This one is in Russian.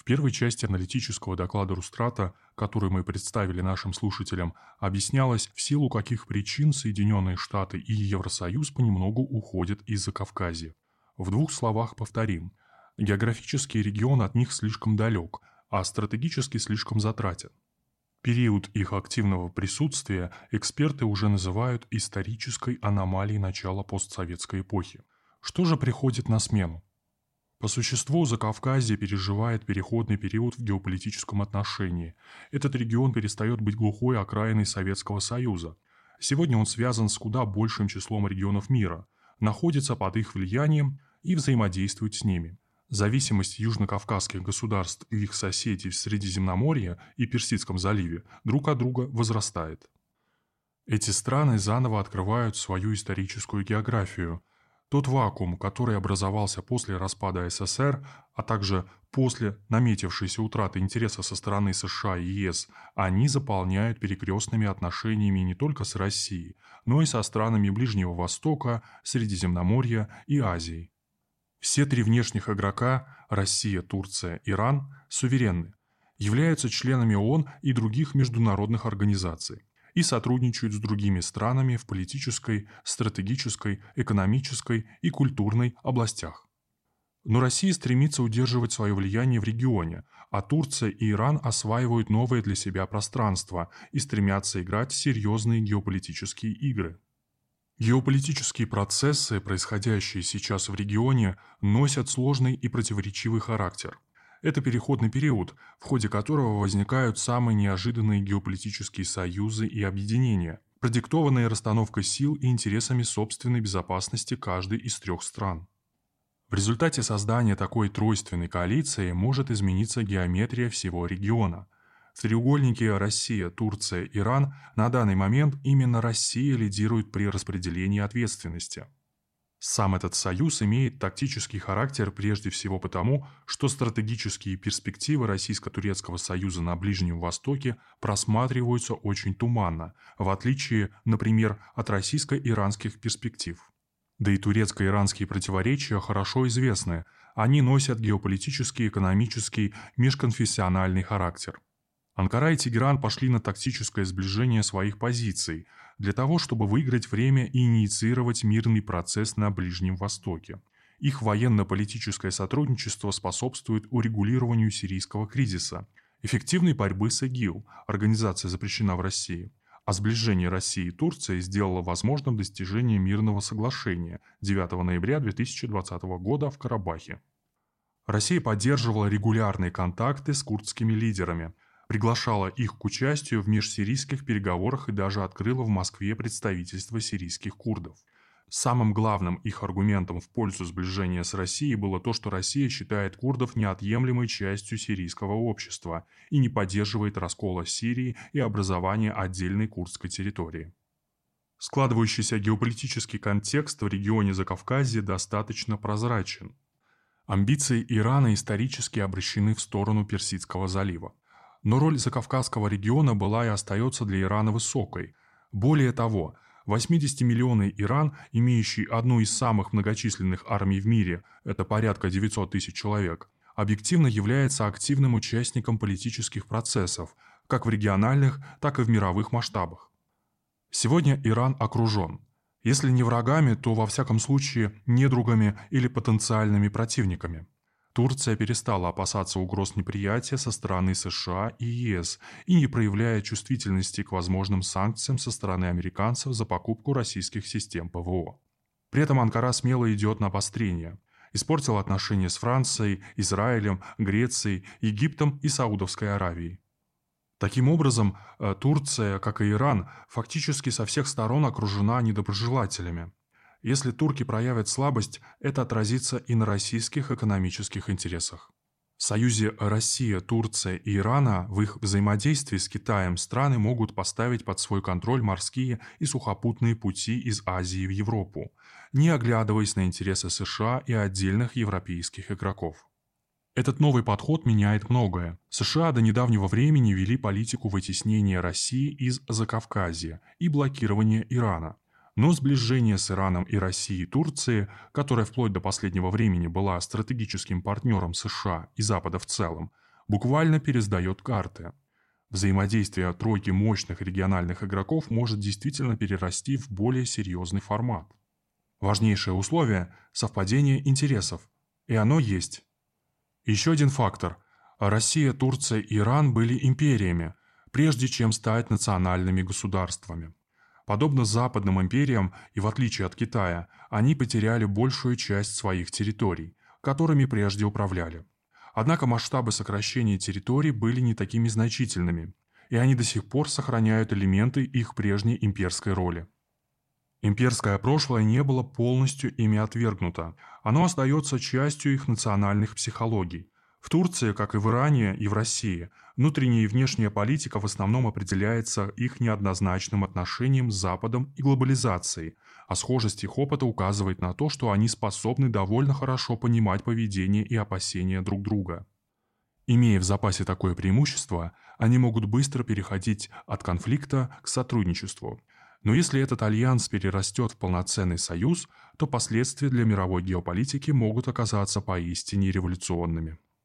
первой части аналитического доклада Рустрата, который мы представили нашим слушателям, объяснялось, в силу каких причин Соединенные Штаты и Евросоюз понемногу уходят из Закавказья. В двух словах повторим. Географический регион от них слишком далек, а стратегически слишком затратен. Период их активного присутствия эксперты уже называют исторической аномалией начала постсоветской эпохи. Что же приходит на смену? По существу, Закавказье переживает переходный период в геополитическом отношении. Этот регион перестает быть глухой окраиной Советского Союза. Сегодня он связан с куда большим числом регионов мира, находится под их влиянием и взаимодействует с ними. Зависимость южнокавказских государств и их соседей в Средиземноморье и Персидском заливе друг от друга возрастает. Эти страны заново открывают свою историческую географию. Тот вакуум, который образовался после распада СССР, а также после наметившейся утраты интереса со стороны США и ЕС, они заполняют перекрестными отношениями не только с Россией, но и со странами Ближнего Востока, Средиземноморья и Азии. Все три внешних игрока – Россия, Турция, Иран – суверенны, являются членами ООН и других международных организаций и сотрудничают с другими странами в политической, стратегической, экономической и культурной областях. Но Россия стремится удерживать свое влияние в регионе, а Турция и Иран осваивают новое для себя пространство и стремятся играть в серьезные геополитические игры. Геополитические процессы, происходящие сейчас в регионе, носят сложный и противоречивый характер. Это переходный период, в ходе которого возникают самые неожиданные геополитические союзы и объединения, продиктованные расстановкой сил и интересами собственной безопасности каждой из трех стран. В результате создания такой тройственной коалиции может измениться геометрия всего региона. В треугольнике Россия, Турция, Иран на данный момент именно Россия лидирует при распределении ответственности. Сам этот союз имеет тактический характер прежде всего потому, что стратегические перспективы Российско-Турецкого союза на Ближнем Востоке просматриваются очень туманно, в отличие, например, от российско-иранских перспектив. Да и турецко-иранские противоречия хорошо известны, они носят геополитический, экономический, межконфессиональный характер. Анкара и Тегеран пошли на тактическое сближение своих позиций для того, чтобы выиграть время и инициировать мирный процесс на Ближнем Востоке. Их военно-политическое сотрудничество способствует урегулированию сирийского кризиса, эффективной борьбы с ИГИЛ, организация запрещена в России, а сближение России и Турции сделало возможным достижение мирного соглашения 9 ноября 2020 года в Карабахе. Россия поддерживала регулярные контакты с курдскими лидерами, приглашала их к участию в межсирийских переговорах и даже открыла в Москве представительство сирийских курдов. Самым главным их аргументом в пользу сближения с Россией было то, что Россия считает курдов неотъемлемой частью сирийского общества и не поддерживает раскола Сирии и образования отдельной курдской территории. Складывающийся геополитический контекст в регионе Закавказья достаточно прозрачен. Амбиции Ирана исторически обращены в сторону Персидского залива. Но роль Закавказского региона была и остается для Ирана высокой. Более того, 80-миллионный Иран, имеющий одну из самых многочисленных армий в мире, это порядка 900 тысяч человек, объективно является активным участником политических процессов, как в региональных, так и в мировых масштабах. Сегодня Иран окружен. Если не врагами, то во всяком случае недругами или потенциальными противниками. Турция перестала опасаться угроз неприятия со стороны США и ЕС и не проявляет чувствительности к возможным санкциям со стороны американцев за покупку российских систем ПВО. При этом Анкара смело идет на обострение. Испортила отношения с Францией, Израилем, Грецией, Египтом и Саудовской Аравией. Таким образом, Турция, как и Иран, фактически со всех сторон окружена недоброжелателями. Если турки проявят слабость, это отразится и на российских экономических интересах. В союзе Россия, Турция и Ирана в их взаимодействии с Китаем страны могут поставить под свой контроль морские и сухопутные пути из Азии в Европу, не оглядываясь на интересы США и отдельных европейских игроков. Этот новый подход меняет многое. США до недавнего времени вели политику вытеснения России из Закавказья и блокирования Ирана. Но сближение с Ираном и Россией и Турцией, которая вплоть до последнего времени была стратегическим партнером США и Запада в целом, буквально пересдает карты. Взаимодействие тройки мощных региональных игроков может действительно перерасти в более серьезный формат. Важнейшее условие – совпадение интересов. И оно есть. Еще один фактор. Россия, Турция и Иран были империями, прежде чем стать национальными государствами. Подобно западным империям и в отличие от Китая, они потеряли большую часть своих территорий, которыми прежде управляли. Однако масштабы сокращения территорий были не такими значительными, и они до сих пор сохраняют элементы их прежней имперской роли. Имперское прошлое не было полностью ими отвергнуто, оно остается частью их национальных психологий. В Турции, как и в Иране и в России, внутренняя и внешняя политика в основном определяется их неоднозначным отношением с Западом и глобализацией, а схожесть их опыта указывает на то, что они способны довольно хорошо понимать поведение и опасения друг друга. Имея в запасе такое преимущество, они могут быстро переходить от конфликта к сотрудничеству. Но если этот альянс перерастет в полноценный союз, то последствия для мировой геополитики могут оказаться поистине революционными.